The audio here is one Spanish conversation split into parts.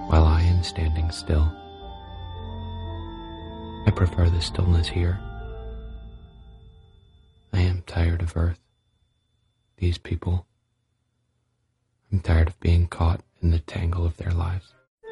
while I am standing still. I prefer the stillness here. I am tired of Earth, these people. I'm tired of being caught in the tangle of their lives.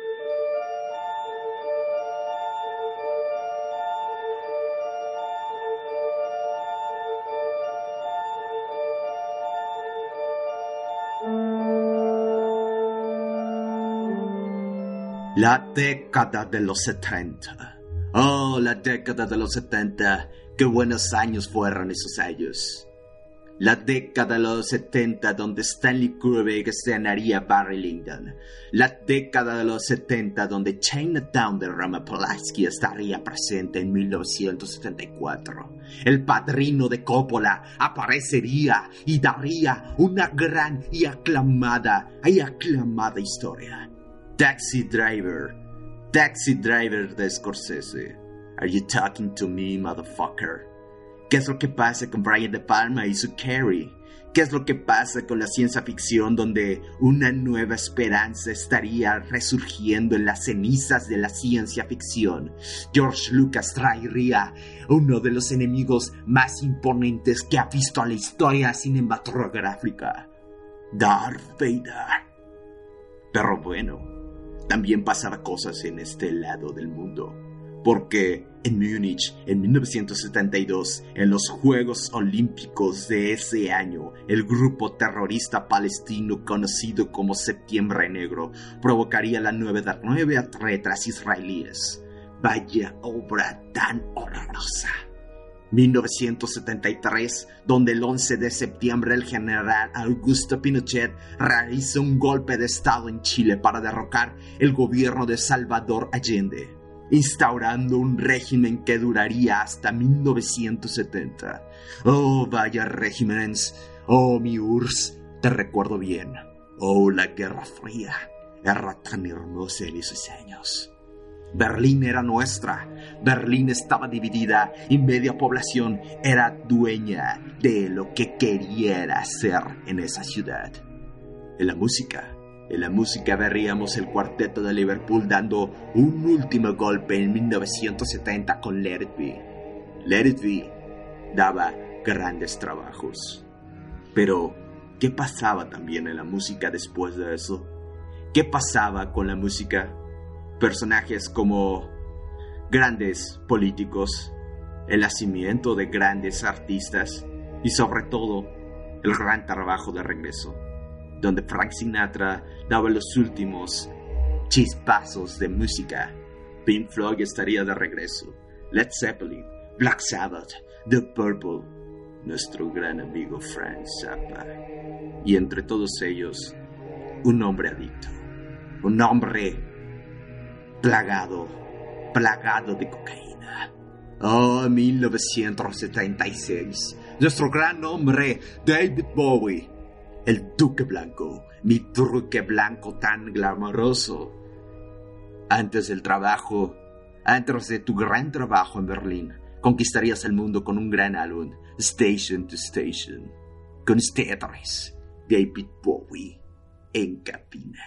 La década de los 70. Oh, la década de los 70. Qué buenos años fueron esos años. La década de los 70 donde Stanley Kubrick estrenaría Barry Lyndon. La década de los 70 donde Chinatown de Roman Polanski estaría presente en 1974. El Padrino de Coppola aparecería y daría una gran y aclamada historia. Taxi Driver de Scorsese. Are you talking to me, motherfucker? ¿Qué es lo que pasa con Brian De Palma y su Carrie? ¿Qué es lo que pasa con la ciencia ficción donde una nueva esperanza estaría resurgiendo en las cenizas de la ciencia ficción? George Lucas traería uno de los enemigos más imponentes que ha visto la historia cinematográfica, Darth Vader. Pero bueno, también pasaba cosas en este lado del mundo, porque en Múnich, en 1972, en los Juegos Olímpicos de ese año, el grupo terrorista palestino conocido como Septiembre Negro provocaría la 9 atletas israelíes. Vaya obra tan horrorosa. 1973, donde el 11 de septiembre el general Augusto Pinochet realizó un golpe de estado en Chile para derrocar el gobierno de Salvador Allende, instaurando un régimen que duraría hasta 1970. Oh, vaya regímenes. Oh, mi URSS, te recuerdo bien. Oh, la Guerra Fría era tan hermosa en esos años. Berlín era nuestra. Berlín estaba dividida y media población era dueña de lo que quería hacer en esa ciudad. En la música veríamos el cuarteto de Liverpool dando un último golpe en 1970 con Let It Be. Let It Be daba grandes trabajos. Pero, ¿qué pasaba también en la música después de eso? ¿Qué pasaba con la música? Personajes como grandes políticos, el nacimiento de grandes artistas y sobre todo el gran trabajo de regreso, donde Frank Sinatra daba los últimos chispazos de música. Pink Floyd estaría de regreso, Led Zeppelin, Black Sabbath, The Purple, nuestro gran amigo Frank Zappa, y entre todos ellos un hombre adicto, un hombre plagado de cocaína. Oh, 1976, nuestro gran hombre David Bowie, el Duque Blanco, mi Duque Blanco tan glamoroso. Antes de tu gran trabajo en Berlín, conquistarías el mundo con un gran álbum, Station to Station. Con ustedes, David Bowie, en cabina.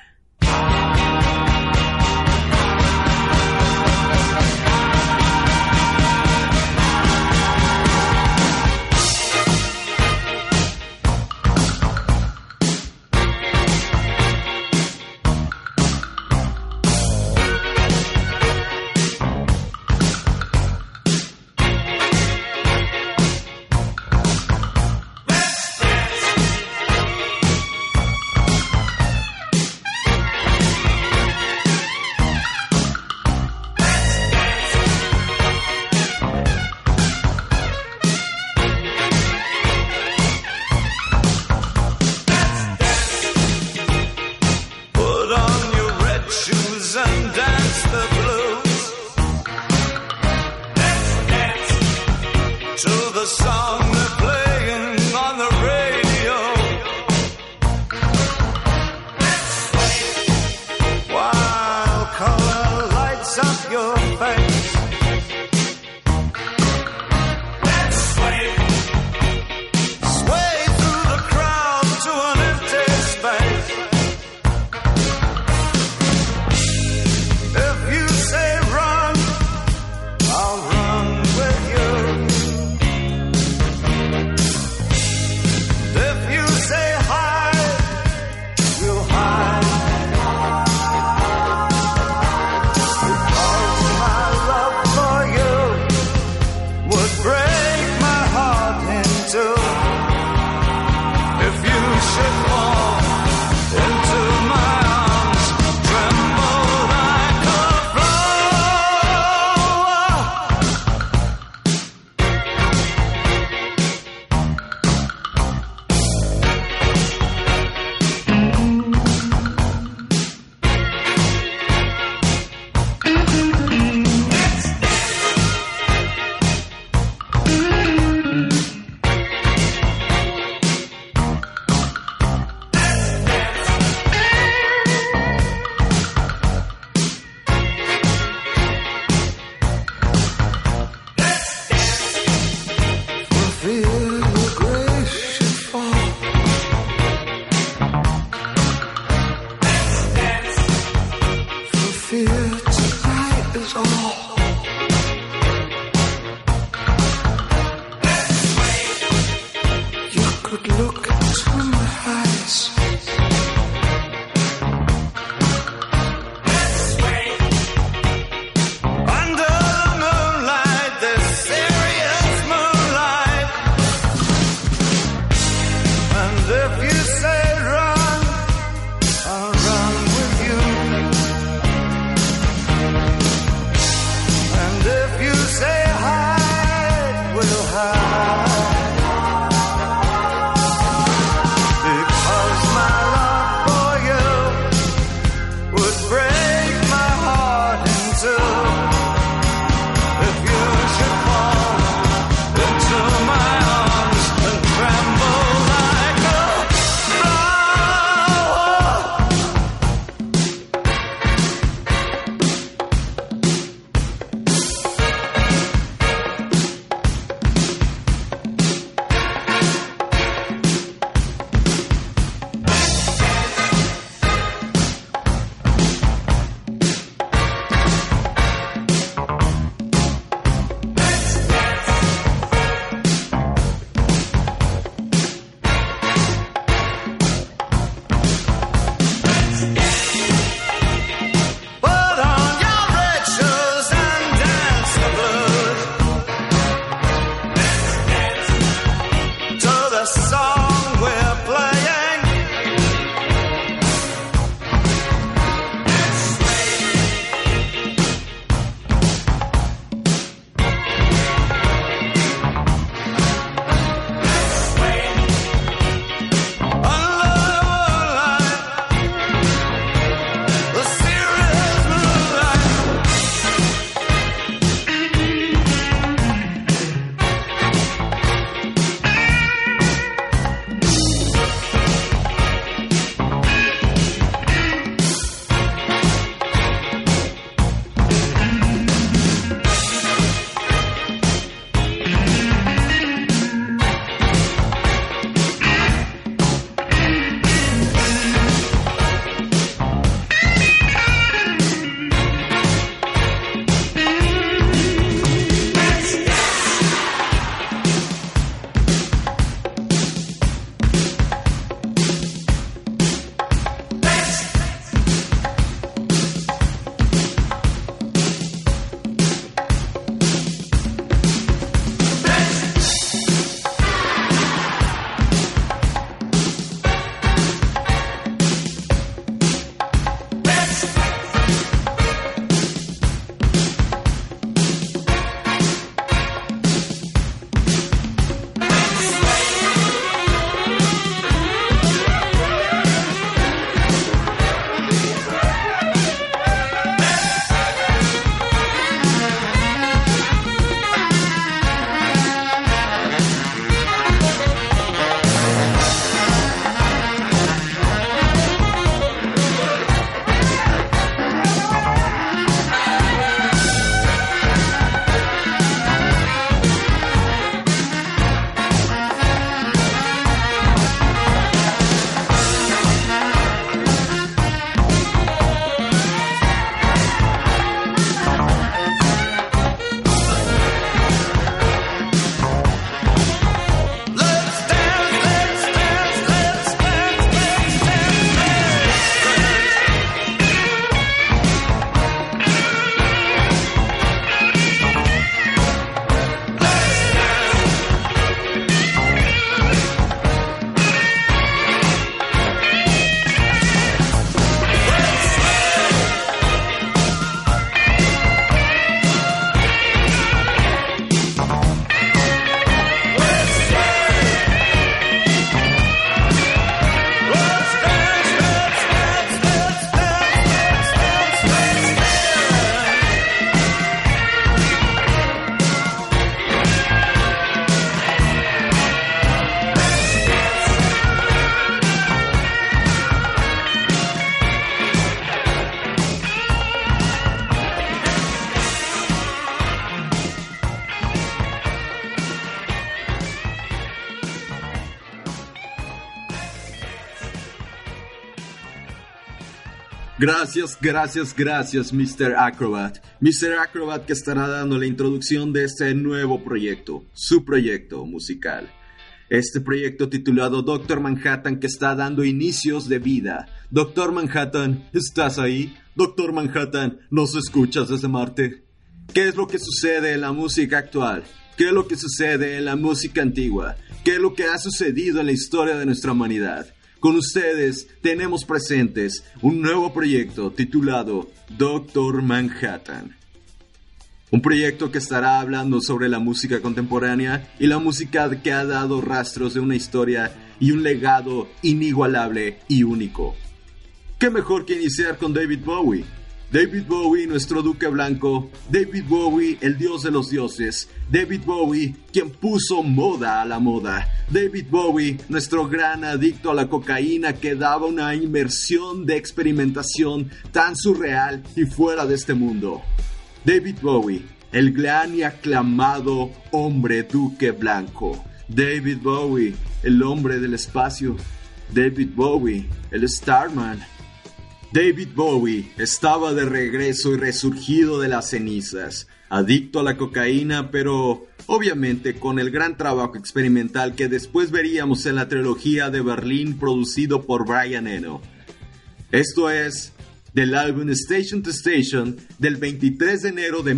Gracias, Mr. Acrobat. Mr. Acrobat que estará dando la introducción de este nuevo proyecto, su proyecto musical. Este proyecto titulado Doctor Manhattan que está dando inicios de vida. Doctor Manhattan, ¿estás ahí? Doctor Manhattan, ¿nos escuchas desde Marte? ¿Qué es lo que sucede en la música actual? ¿Qué es lo que sucede en la música antigua? ¿Qué es lo que ha sucedido en la historia de nuestra humanidad? Con ustedes tenemos presentes un nuevo proyecto titulado Doctor Manhattan. Un proyecto que estará hablando sobre la música contemporánea y la música que ha dado rastros de una historia y un legado inigualable y único. ¿Qué mejor que iniciar con David Bowie? David Bowie, nuestro duque blanco, David Bowie, el dios de los dioses, David Bowie, quien puso moda a la moda, David Bowie, nuestro gran adicto a la cocaína que daba una inmersión de experimentación tan surreal y fuera de este mundo. David Bowie, el gran y aclamado hombre duque blanco, David Bowie, el hombre del espacio, David Bowie, el Starman. David Bowie estaba de regreso y resurgido de las cenizas, adicto a la cocaína, pero obviamente con el gran trabajo experimental que después veríamos en la trilogía de Berlín producido por Brian Eno. Esto es del álbum Station to Station del 23 de enero de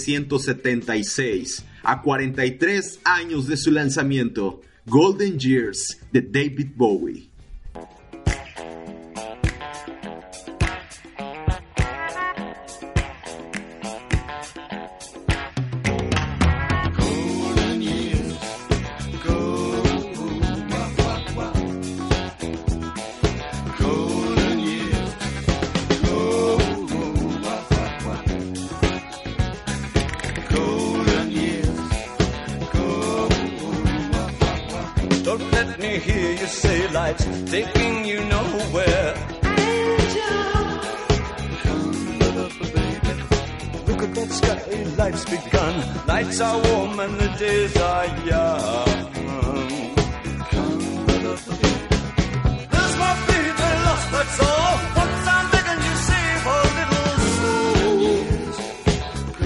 1976, a 43 años de su lanzamiento, Golden Years de David Bowie. Taking you nowhere. Angel, come up, baby. Look at that sky, life's begun. Nights are warm and the days are young. Come up, baby. There's my baby lost, that's all. Once I'm begging you, save a little soul.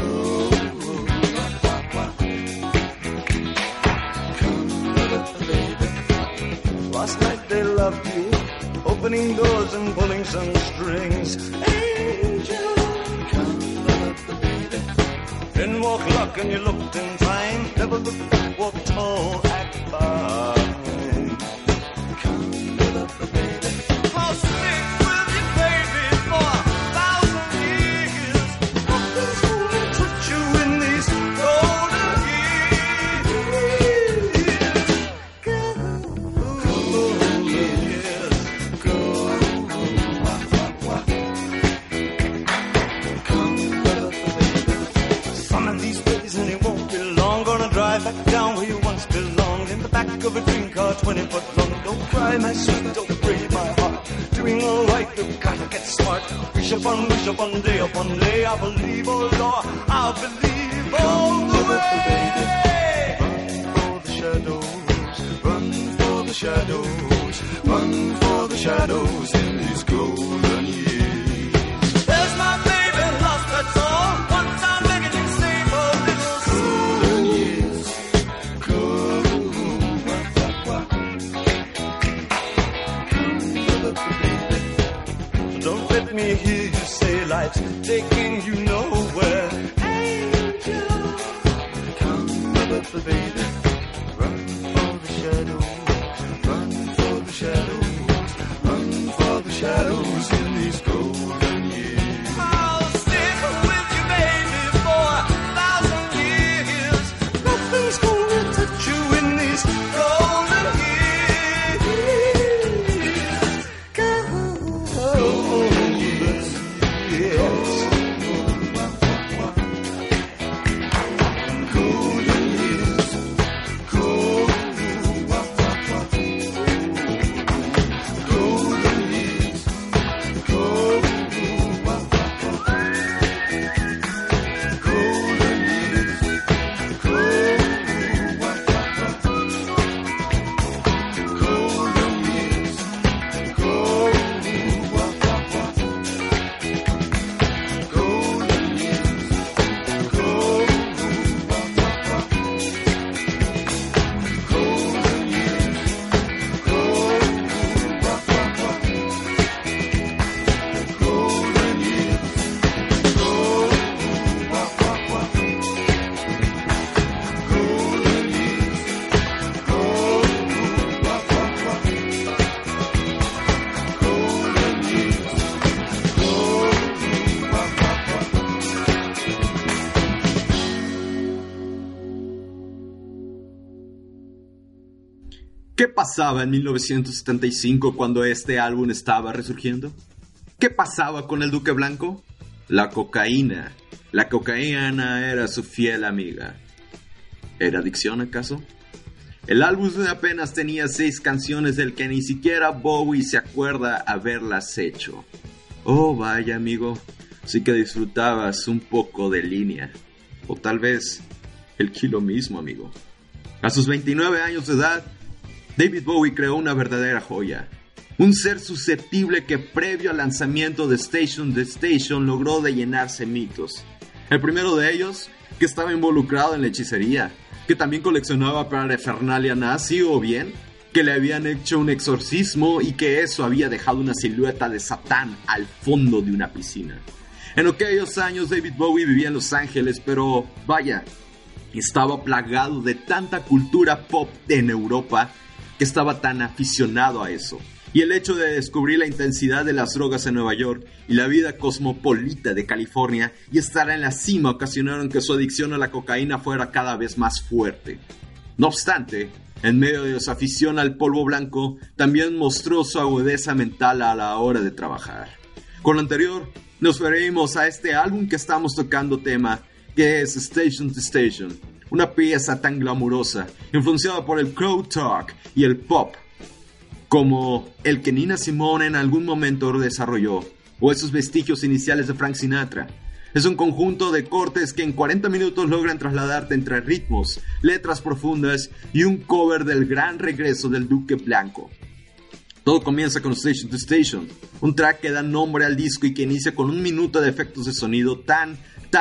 Come up, baby. Last night they loved you, opening doors and pulling some strings. Angel, come up, baby. Didn't walk luck and you looked in time. Never looked back, walk tall, act fine. Come up, baby. I'll stick with you, baby, for 1,000 years. Nothing's gonna touch you in these golden back down where you once belonged, in the back of a dream car 20 foot long. Don't cry, my sweet, don't break my heart. Doing all right, you've got to get smart. Wish upon day, I believe, oh Lord, I believe all the way. Run for the shadows, run for the shadows in these golden years. There's my baby lost, that's all. Once I'm begging you, save a little golden years. Don't let me hear you say life's taking you nowhere. Angel, come up, baby. Run for the shadows, run for the shadows, run for the shadows in these golden years. I'll stick with you, baby, for 1,000 years. Nothing's gonna touch you in these golden years. Golden years, yes. Golden years, golden years. pasaba en 1975 cuando este álbum estaba resurgiendo? ¿Qué pasaba con el Duque Blanco? La cocaína. La cocaína era su fiel amiga. ¿Era adicción acaso? El álbum apenas tenía 6 canciones del que ni siquiera Bowie se acuerda haberlas hecho. Oh, vaya amigo, sí que disfrutabas un poco de línea. O tal vez el kilo mismo, amigo. A sus 29 años de edad, David Bowie creó una verdadera joya. Un ser susceptible que previo al lanzamiento de Station to Station logró de llenarse mitos. El primero de ellos, que estaba involucrado en la hechicería, que también coleccionaba parafernalia nazi, o bien que le habían hecho un exorcismo y que eso había dejado una silueta de Satán al fondo de una piscina. En aquellos años David Bowie vivía en Los Ángeles, pero vaya, estaba plagado de tanta cultura pop en Europa que estaba tan aficionado a eso. Y el hecho de descubrir la intensidad de las drogas en Nueva York y la vida cosmopolita de California y estar en la cima ocasionaron que su adicción a la cocaína fuera cada vez más fuerte. No obstante, en medio de su afición al polvo blanco, también mostró su agudeza mental a la hora de trabajar. Con lo anterior, nos referimos a este álbum que estamos tocando tema, que es Station to Station, una pieza tan glamurosa, influenciada por el crowd talk y el pop, como el que Nina Simone en algún momento desarrolló, o esos vestigios iniciales de Frank Sinatra. Es un conjunto de cortes que en 40 minutos logran trasladarte entre ritmos, letras profundas y un cover del gran regreso del Duque Blanco. Todo comienza con Station to Station, un track que da nombre al disco y que inicia con 1 minuto de efectos de sonido tan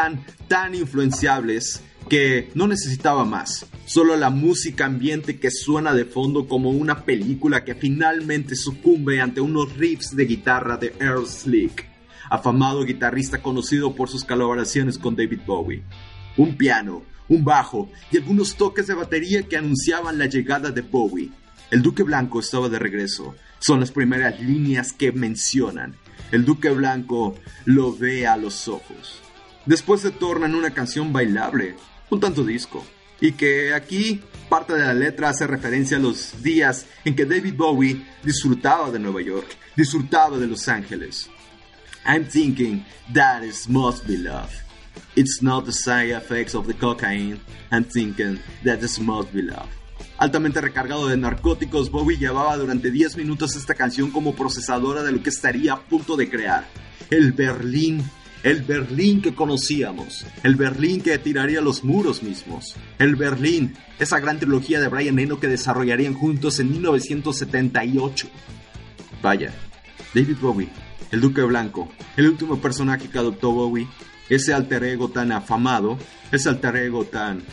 influenciables que no necesitaba más. Solo la música ambiente que suena de fondo como una película que finalmente sucumbe ante unos riffs de guitarra de Earl Slick, afamado guitarrista conocido por sus colaboraciones con David Bowie. Un piano, un bajo y algunos toques de batería que anunciaban la llegada de Bowie. El Duque Blanco estaba de regreso. Son las primeras líneas que mencionan. El Duque Blanco lo ve a los ojos. Después se torna en una canción bailable, un tanto disco, y que aquí parte de la letra hace referencia a los días en que David Bowie disfrutaba de Nueva York, disfrutaba de Los Ángeles. I'm thinking that it must be love. It's not the side effects of the cocaine. I'm thinking that this must be love. Altamente recargado de narcóticos, Bowie llevaba durante 10 minutos esta canción como procesadora de lo que estaría a punto de crear. El Berlín que conocíamos, el Berlín que tiraría los muros mismos, el Berlín, esa gran trilogía de Brian Eno que desarrollarían juntos en 1978. Vaya, David Bowie, el Duque Blanco, el último personaje que adoptó Bowie, ese alter ego tan afamado, ese alter ego tan,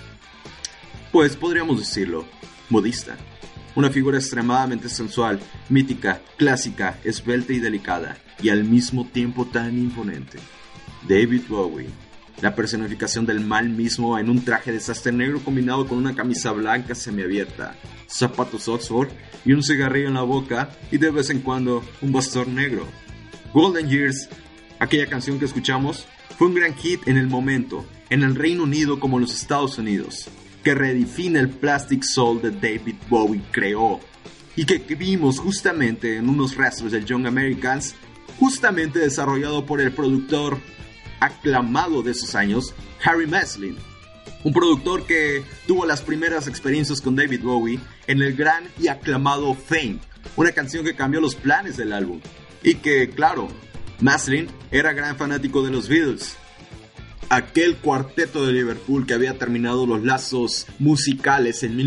pues podríamos decirlo, modista. Una figura extremadamente sensual, mítica, clásica, esbelta y delicada, y al mismo tiempo tan imponente. David Bowie, la personificación del mal mismo en un traje de sastre negro combinado con una camisa blanca semiabierta, zapatos Oxford y un cigarrillo en la boca y de vez en cuando un bastón negro. Golden Years, aquella canción que escuchamos, fue un gran hit en el momento, en el Reino Unido como en los Estados Unidos, que redefine el Plastic Soul de David Bowie creó y que vimos justamente en unos rastros del Young Americans, justamente desarrollado por el productor aclamado de esos años, Harry Meslin, un productor que tuvo las primeras experiencias con David Bowie en el gran y aclamado Fame, una canción que cambió los planes del álbum, y que, claro, Meslin era gran fanático de los Beatles, aquel cuarteto de Liverpool que había terminado los lazos musicales en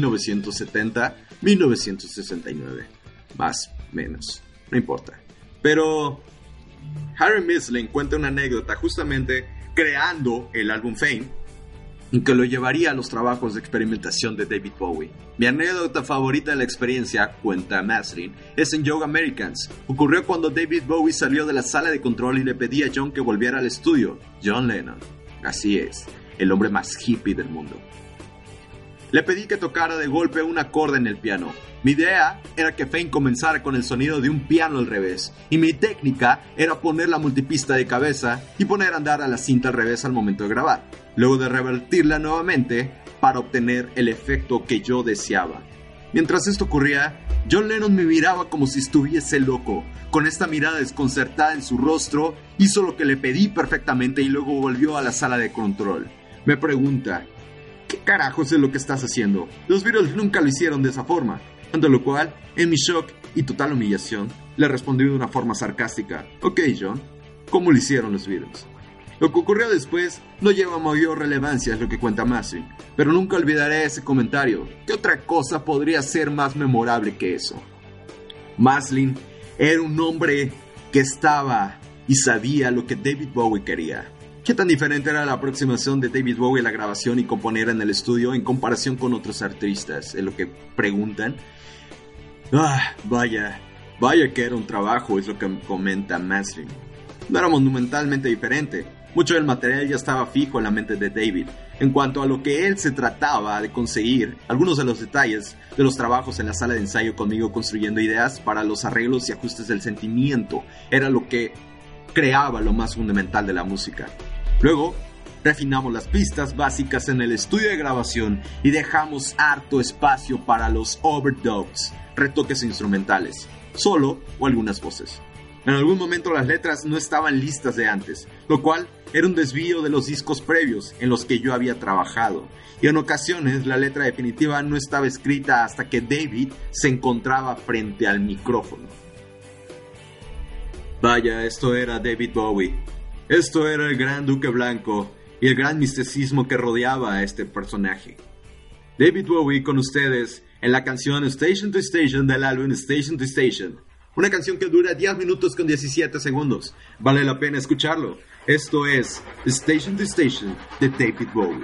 1970-1969, más menos, no importa, pero Harry Meslin cuenta una anécdota justamente creando el álbum Fame que lo llevaría a los trabajos de experimentación de David Bowie. Mi anécdota favorita de la experiencia, cuenta Meslin, es en Young Americans. Ocurrió cuando David Bowie salió de la sala de control y le pedía a John que volviera al estudio. John Lennon, así es, el hombre más hippie del mundo. Le pedí que tocara de golpe un acorde en el piano. Mi idea era que Fame comenzara con el sonido de un piano al revés, y mi técnica era poner la multipista de cabeza y poner a andar a la cinta al revés al momento de grabar, luego de revertirla nuevamente para obtener el efecto que yo deseaba. Mientras esto ocurría, John Lennon me miraba como si estuviese loco. Con esta mirada desconcertada en su rostro, hizo lo que le pedí perfectamente y luego volvió a la sala de control. Me pregunta, ¿qué carajos es lo que estás haciendo? Los Beatles nunca lo hicieron de esa forma. Ante lo cual, en mi shock y total humillación, le respondí de una forma sarcástica, ok John, ¿cómo lo hicieron los Beatles? Lo que ocurrió después no lleva mayor relevancia, es lo que cuenta Masling, pero nunca olvidaré ese comentario. ¿Qué otra cosa podría ser más memorable que eso? Masling era un hombre que estaba y sabía lo que David Bowie quería. ¿Qué tan diferente era la aproximación de David Bowie a la grabación y componer en el estudio en comparación con otros artistas? Es lo que preguntan. Vaya que era un trabajo, es lo que comenta Masling. No era monumentalmente diferente. Mucho del material ya estaba fijo en la mente de David. En cuanto a lo que él se trataba de conseguir, algunos de los detalles de los trabajos en la sala de ensayo conmigo construyendo ideas para los arreglos y ajustes del sentimiento era lo que creaba lo más fundamental de la música. Luego, refinamos las pistas básicas en el estudio de grabación y dejamos harto espacio para los overdubs, retoques instrumentales, solo o algunas voces. En algún momento las letras no estaban listas de antes, lo cual era un desvío de los discos previos en los que yo había trabajado, y en ocasiones la letra definitiva no estaba escrita hasta que David se encontraba frente al micrófono. Vaya, esto era David Bowie. Esto era el gran Duque Blanco y el gran misticismo que rodeaba a este personaje. David Bowie con ustedes en la canción Station to Station del álbum Station to Station. Una canción que dura 10 minutos con 17 segundos. Vale la pena escucharlo. Esto es Station to Station de David Bowie.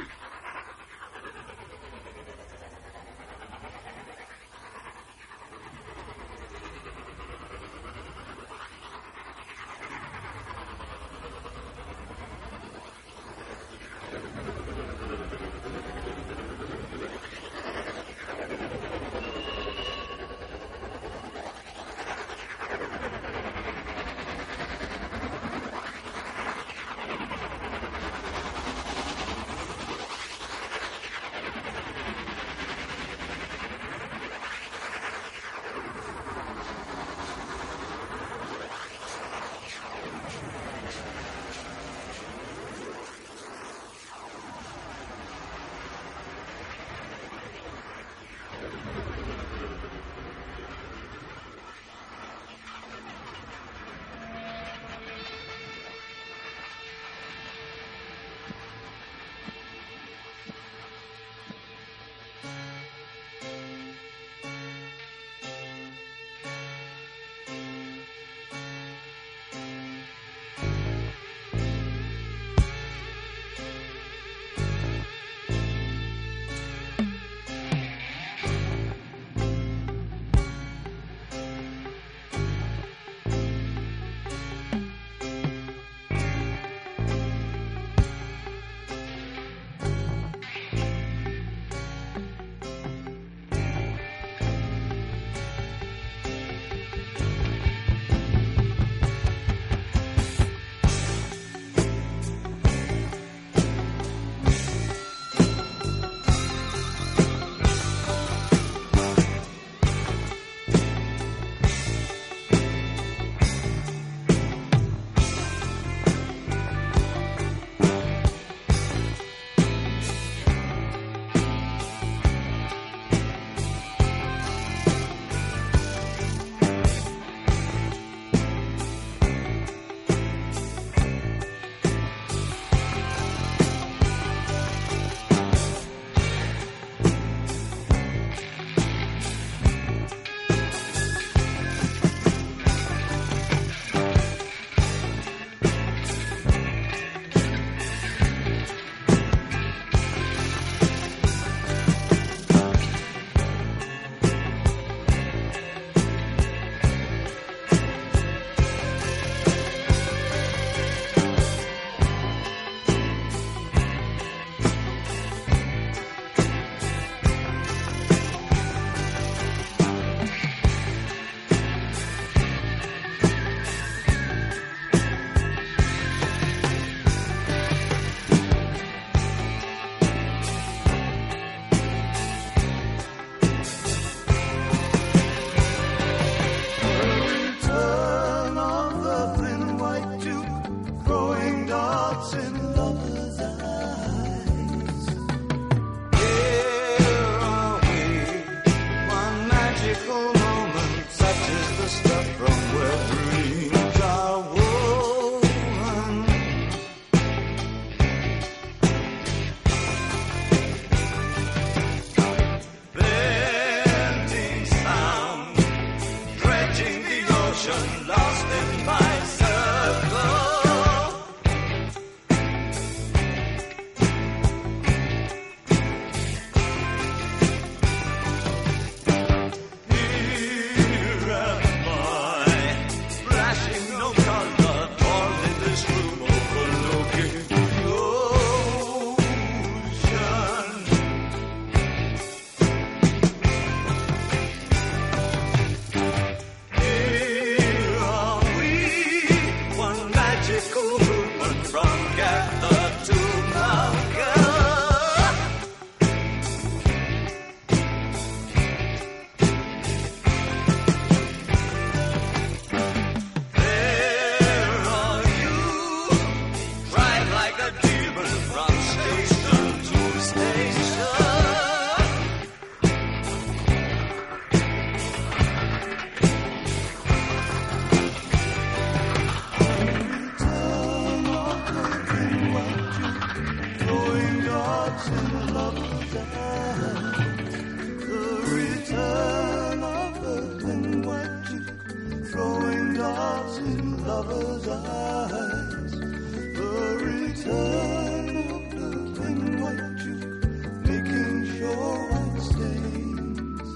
lover's eyes. The return of the thin white juke, making sure white stains.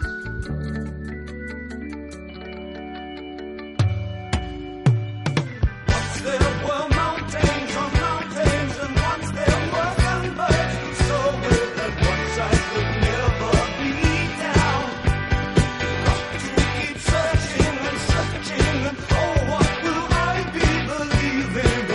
Once there were mountains on mountains, and once there were conversions so with that once I could never be down. To keep searching and searching, and oh, what will I be believing?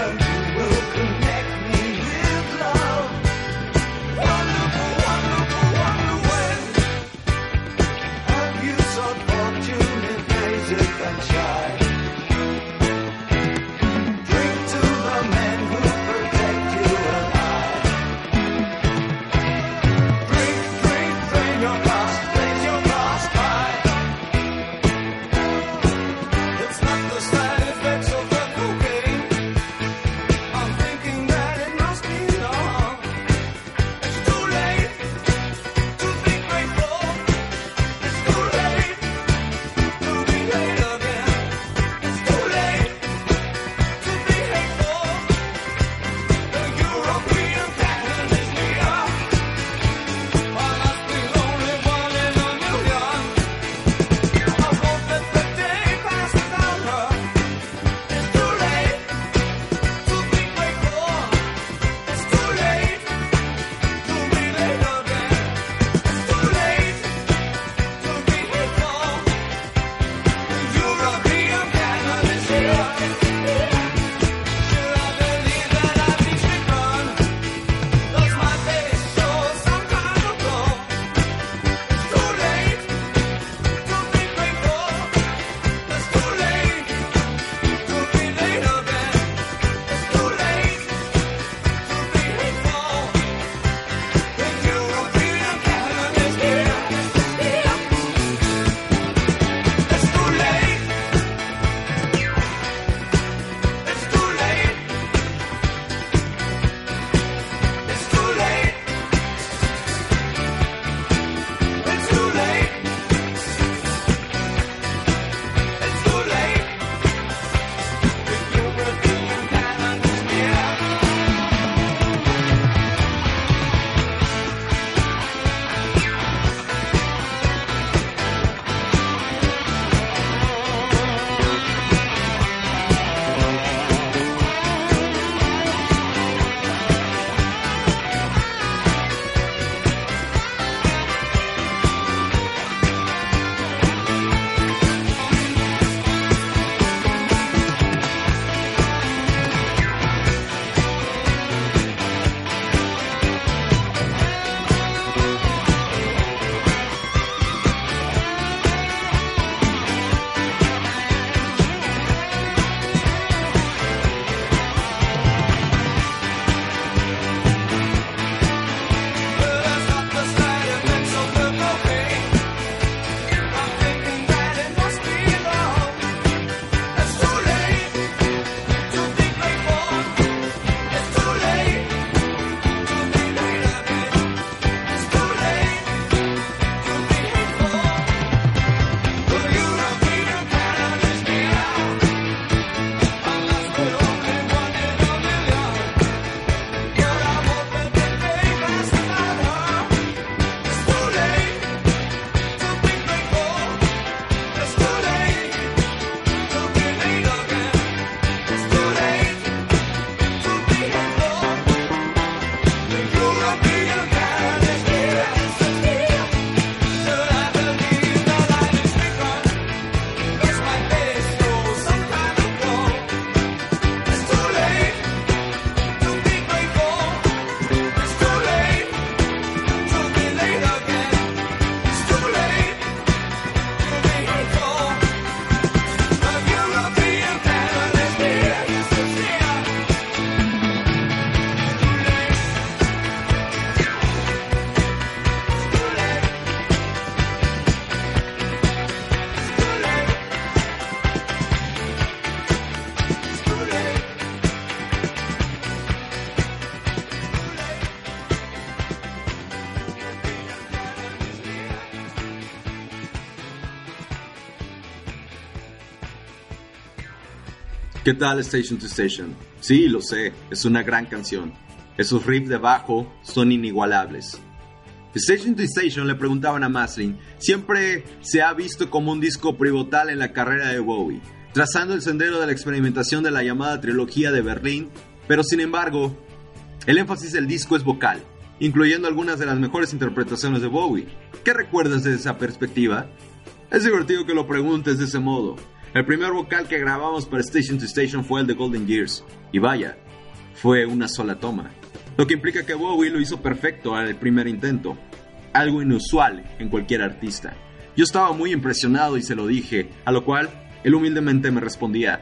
¿Qué tal Station to Station? Sí, lo sé, es una gran canción. Esos riffs de bajo son inigualables. Station to Station le preguntaban a Maslin, siempre se ha visto como un disco pivotal en la carrera de Bowie, trazando el sendero de la experimentación de la llamada trilogía de Berlín, pero sin embargo, el énfasis del disco es vocal, incluyendo algunas de las mejores interpretaciones de Bowie. ¿Qué recuerdas de esa perspectiva? Es divertido que lo preguntes de ese modo. El primer vocal que grabamos para Station to Station fue el de Golden Years, y vaya, fue una sola toma, lo que implica que Bowie lo hizo perfecto al primer intento, algo inusual en cualquier artista. Yo estaba muy impresionado y se lo dije, a lo cual él humildemente me respondía.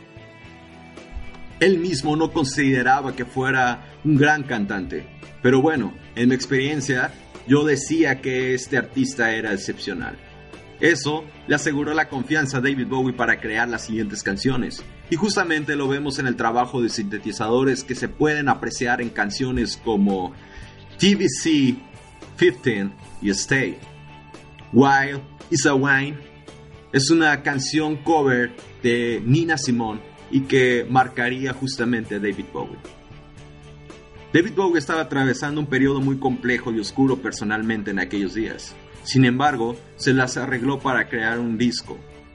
Él mismo no consideraba que fuera un gran cantante, pero bueno, en mi experiencia, yo decía que este artista era excepcional. Eso le aseguró la confianza a David Bowie para crear las siguientes canciones, y justamente lo vemos en el trabajo de sintetizadores que se pueden apreciar en canciones como TVC, 15 y Stay. Wild is a Wine es una canción cover de Nina Simone y que marcaría justamente a David Bowie. David Bowie estaba atravesando un periodo muy complejo y oscuro personalmente en aquellos días. Sin embargo, se las arregló para crear un disco.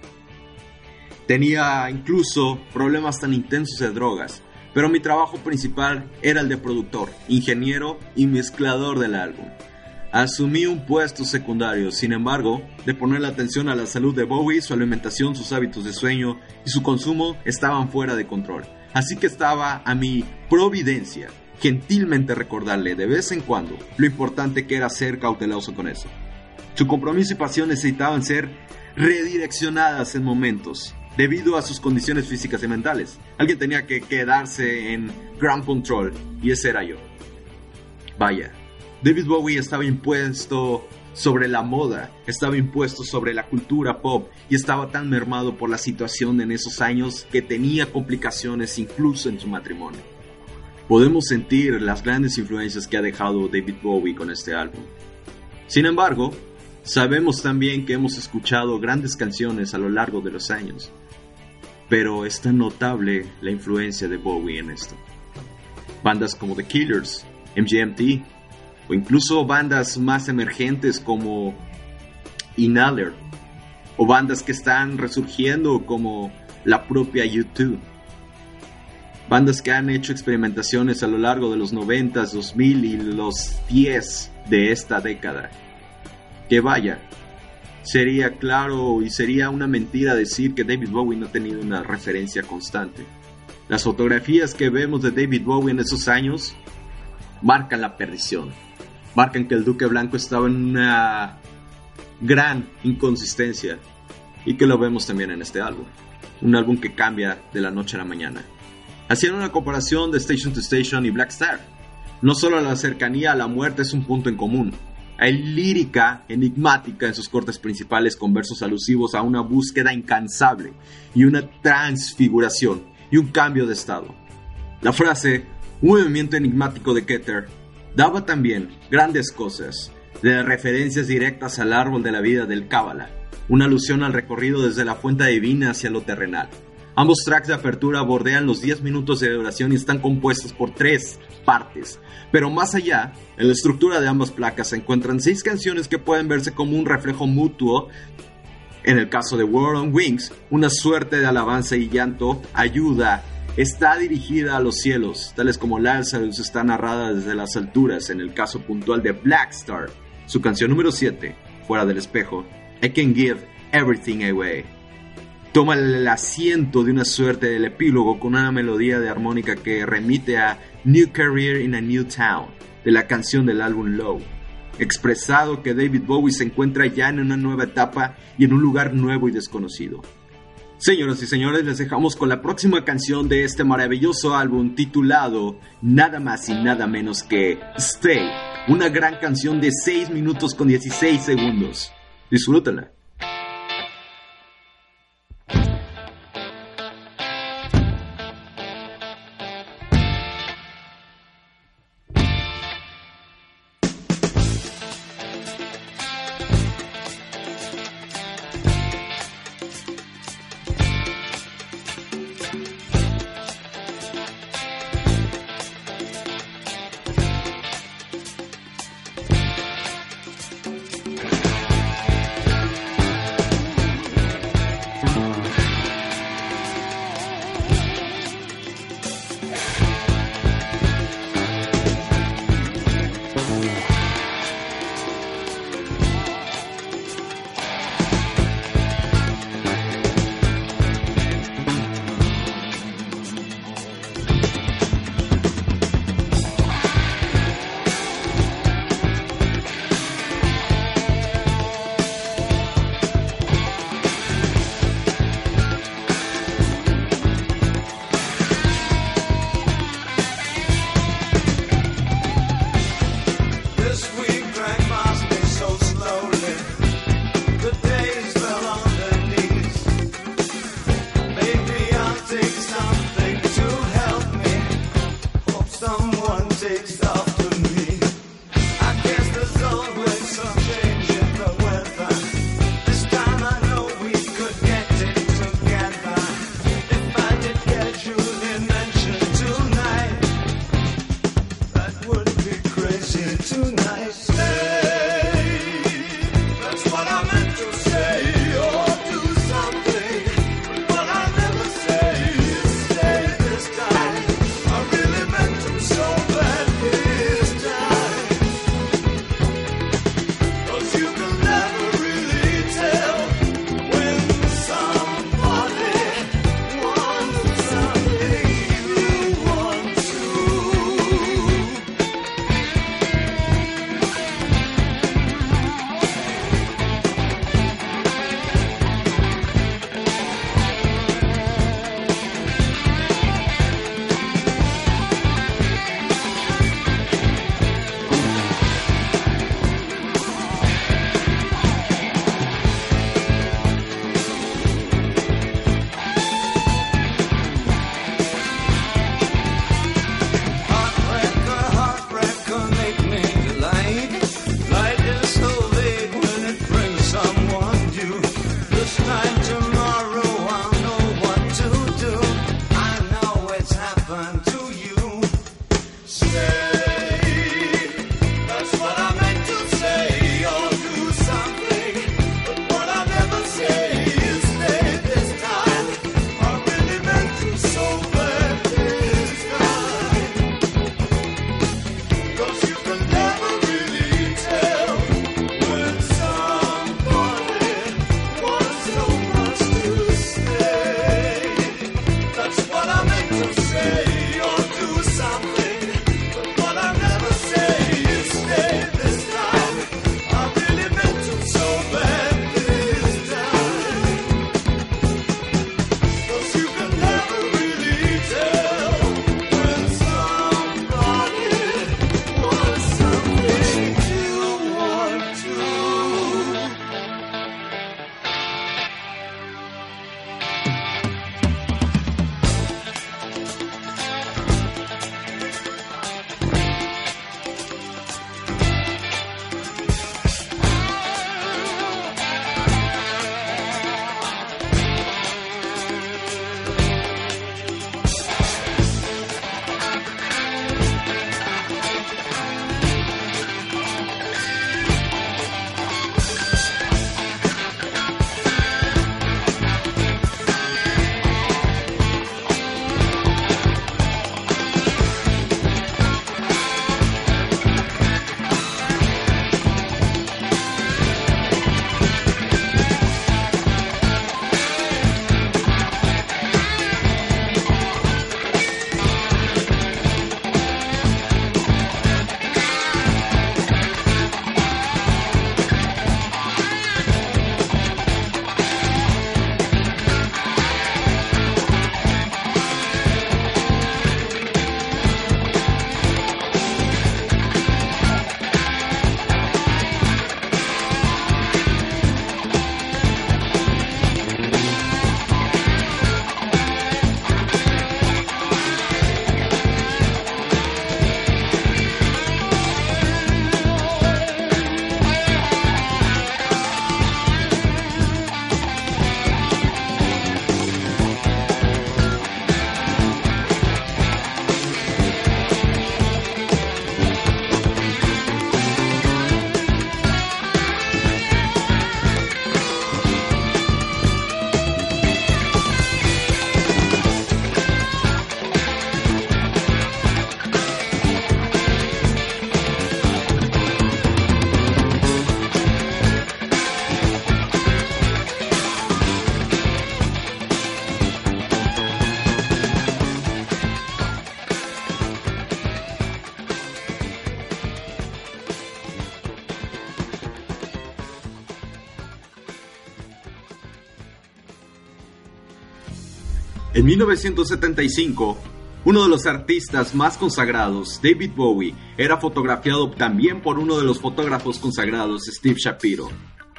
Tenía incluso problemas tan intensos de drogas, pero mi trabajo principal era el de productor, ingeniero y mezclador del álbum. Asumí un puesto secundario, sin embargo, de ponerle atención a la salud de Bowie, su alimentación, sus hábitos de sueño y su consumo estaban fuera de control. Así que estaba a mi providencia gentilmente recordarle de vez en cuando lo importante que era ser cauteloso con eso. Su compromiso y pasión necesitaban ser redireccionadas en momentos, debido a sus condiciones físicas y mentales. Alguien tenía que quedarse en ground control, y ese era yo. Vaya, David Bowie estaba impuesto sobre la moda, estaba impuesto sobre la cultura pop, y estaba tan mermado por la situación en esos años que tenía complicaciones incluso en su matrimonio. Podemos sentir las grandes influencias que ha dejado David Bowie con este álbum. Sin embargo, sabemos también que hemos escuchado grandes canciones a lo largo de los años, pero es tan notable la influencia de Bowie en esto. Bandas como The Killers, MGMT, o incluso bandas más emergentes como Inhaler, o bandas que están resurgiendo como la propia U2. Bandas que han hecho experimentaciones a lo largo de los 90s, 2000 y los 10 de esta década. Que vaya, sería claro y sería una mentira decir que David Bowie no ha tenido una referencia constante. Las fotografías que vemos de David Bowie en esos años marcan la perdición. Marcan que el Duque Blanco estaba en una gran inconsistencia y que lo vemos también en este álbum. Un álbum que cambia de la noche a la mañana. Hacían una comparación de Station to Station y Black Star. No solo la cercanía a la muerte es un punto en común. Hay lírica enigmática en sus cortes principales con versos alusivos a una búsqueda incansable y una transfiguración y un cambio de estado. La frase, un movimiento enigmático de Keter, daba también grandes cosas, de referencias directas al árbol de la vida del Cábala, una alusión al recorrido desde la fuente divina hacia lo terrenal. Ambos tracks de apertura bordean los 10 minutos de duración y están compuestos por 3 partes. Pero más allá, en la estructura de ambas placas se encuentran 6 canciones que pueden verse como un reflejo mutuo. En el caso de War on Wings, una suerte de alabanza y llanto, ayuda, está dirigida a los cielos, tales como Lazarus está narrada desde las alturas. En el caso puntual de Black Star, su canción número 7, Fuera del espejo, I Can Give Everything Away, toma el asiento de una suerte del epílogo con una melodía de armónica que remite a New Career in a New Town, de la canción del álbum Low, expresado que David Bowie se encuentra ya en una nueva etapa y en un lugar nuevo y desconocido. Señoras y señores, les dejamos con la próxima canción de este maravilloso álbum titulado nada más y nada menos que Stay, una gran canción de 6 minutos con 16 segundos. Disfrútenla. En 1975, uno de los artistas más consagrados, David Bowie, era fotografiado también por uno de los fotógrafos consagrados, Steve Shapiro.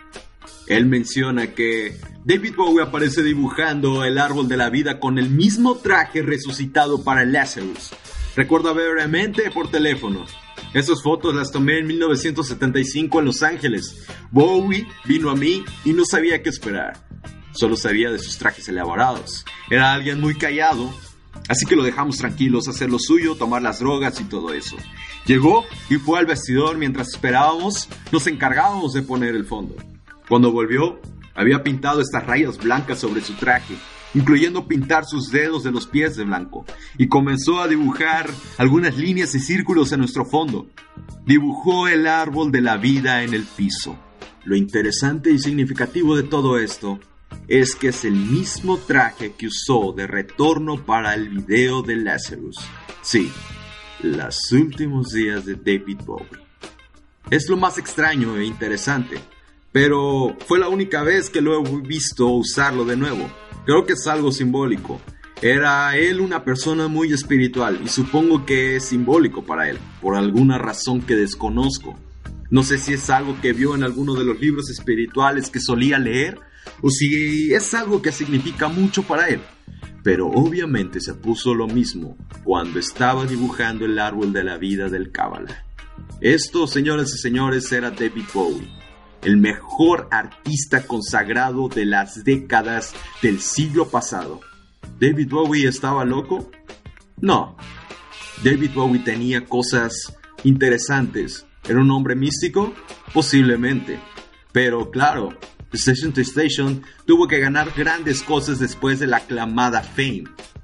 Él menciona que David Bowie aparece dibujando el árbol de la vida con el mismo traje resucitado para el Lazarus. Recuerdo brevemente por teléfono. Esas fotos las tomé en 1975 en Los Ángeles. Bowie vino a mí y no sabía qué esperar. Solo sabía de sus trajes elaborados. Era alguien muy callado, así que lo dejamos tranquilos, hacer lo suyo, tomar las drogas y todo eso. Llegó y fue al vestidor mientras esperábamos, nos encargábamos de poner el fondo. Cuando volvió, había pintado estas rayas blancas sobre su traje, incluyendo pintar sus dedos de los pies de blanco, y comenzó a dibujar algunas líneas y círculos en nuestro fondo. Dibujó el árbol de la vida en el piso. Lo interesante y significativo de todo esto es que es el mismo traje que usó de retorno para el video de Lazarus. Sí, los últimos días de David Bowie. Es lo más extraño e interesante, pero fue la única vez que lo he visto usarlo de nuevo. Creo que es algo simbólico. Era él una persona muy espiritual y supongo que es simbólico para él, por alguna razón que desconozco. No sé si es algo que vio en alguno de los libros espirituales que solía leer, o si es algo que significa mucho para él. Pero obviamente se puso lo mismo cuando estaba dibujando el árbol de la vida del Cábala. Esto, señoras y señores, era David Bowie, el mejor artista consagrado de las décadas del siglo pasado. ¿David Bowie estaba loco? No. David Bowie tenía cosas interesantes. ¿Era un hombre místico? Posiblemente. Pero claro, Station to Station tuvo que ganar grandes cosas después de la aclamada Fame.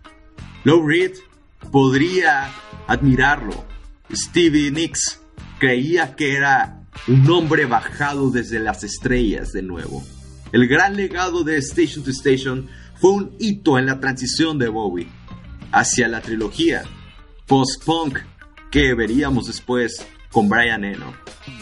Lou Reed podría admirarlo. Stevie Nicks creía que era un hombre bajado desde las estrellas de nuevo. El gran legado de Station to Station fue un hito en la transición de Bowie hacia la trilogía post-punk que veríamos después con Brian Eno.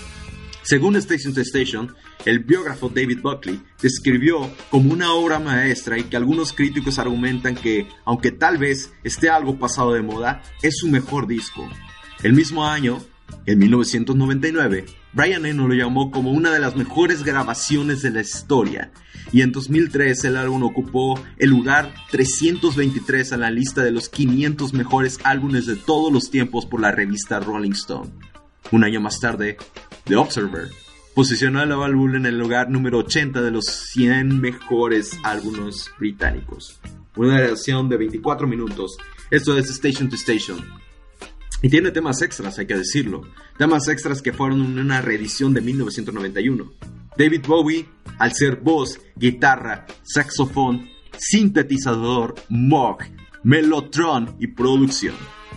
Según Station to Station, el biógrafo David Buckley describió como una obra maestra y que algunos críticos argumentan que, aunque tal vez esté algo pasado de moda, es su mejor disco. El mismo año, en 1999, Brian Eno lo llamó como una de las mejores grabaciones de la historia, y en 2003 el álbum ocupó el lugar 323 en la lista de los 500 mejores álbumes de todos los tiempos por la revista Rolling Stone. Un año más tarde, The Observer posicionó el álbum en el lugar número 80 de los 100 mejores álbumes británicos. Una duración de 24 minutos. Esto es Station to Station. Y tiene temas extras, hay que decirlo. Temas extras que fueron en una reedición de 1991. David Bowie, al ser voz, guitarra, saxofón, sintetizador, Moog, Mellotron y producción.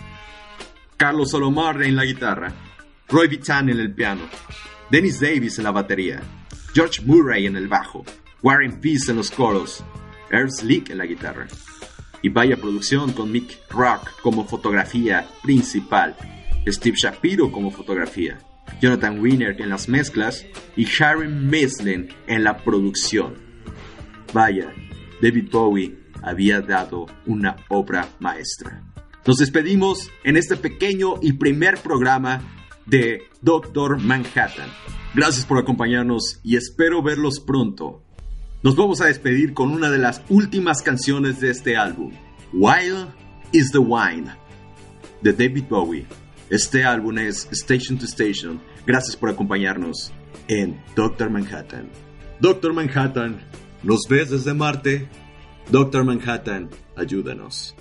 Carlos Solomar en la guitarra. Roy Bittan en el piano. Dennis Davis en la batería. George Murray en el bajo. Warren Peace en los coros. Ernst Leak en la guitarra. Y vaya producción con Mick Rock como fotografía principal, Steve Shapiro como fotografía, Jonathan Wiener en las mezclas y Harry Meslin en la producción. Vaya, David Bowie había dado una obra maestra. Nos despedimos en este pequeño y primer programa de Dr. Manhattan. Gracias por acompañarnos y espero verlos pronto. Nos vamos a despedir con una de las últimas canciones de este álbum, Wild is the Wine, de David Bowie. Este álbum es Station to Station. Gracias por acompañarnos en Dr. Manhattan. Dr. Manhattan, ¿nos ves desde Marte? Dr. Manhattan, ayúdanos.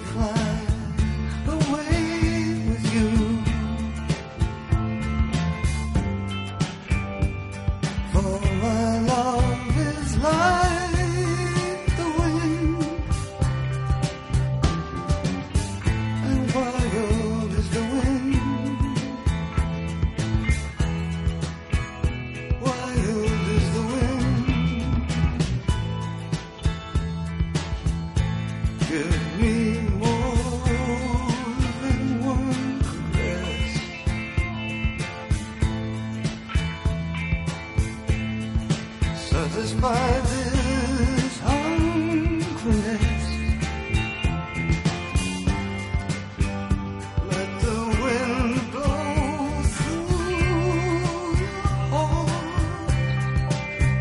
fly away with you. For my love is like the wind, and wild is the wind. Wild is the wind. Give me more than one caress. Satisfy this hungriness. Let the wind blow through your heart.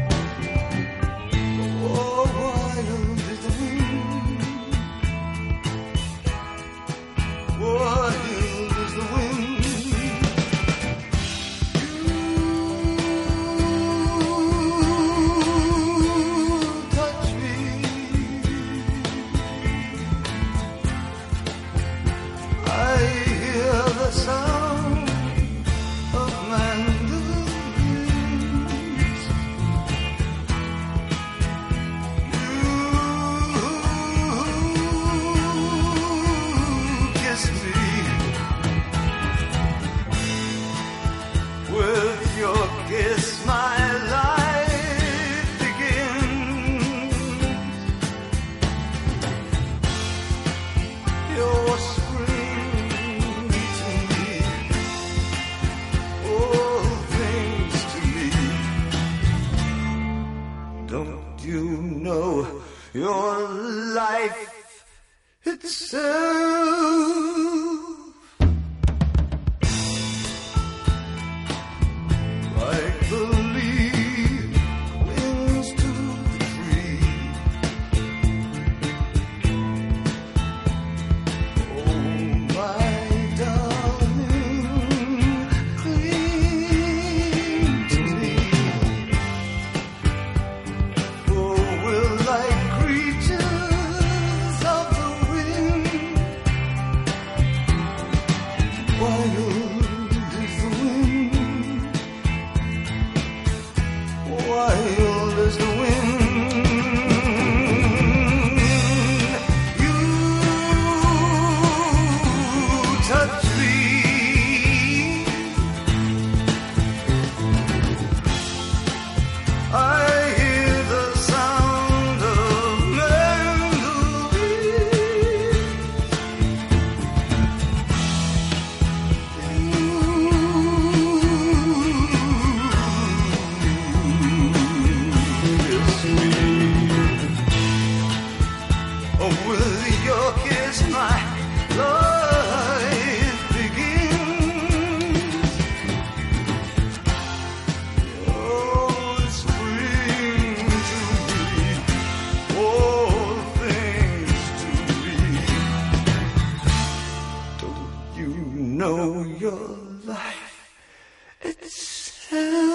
Oh, wild is the wind. Wild is the wind. You touch me. I hear the sound of mandolins. You kiss me with your kiss. My life begins. Your spring to me, all things to me. Don't you know your life itself? Like the leaf clings to the tree. Oh, my darling, cling to me. For we're like creatures of the wind. Wild is the wind. Wild is the wind. You touch me. I hear the sound of with your kiss, my life begins. Oh, spring to me, all things to me. Don't you know your life itself?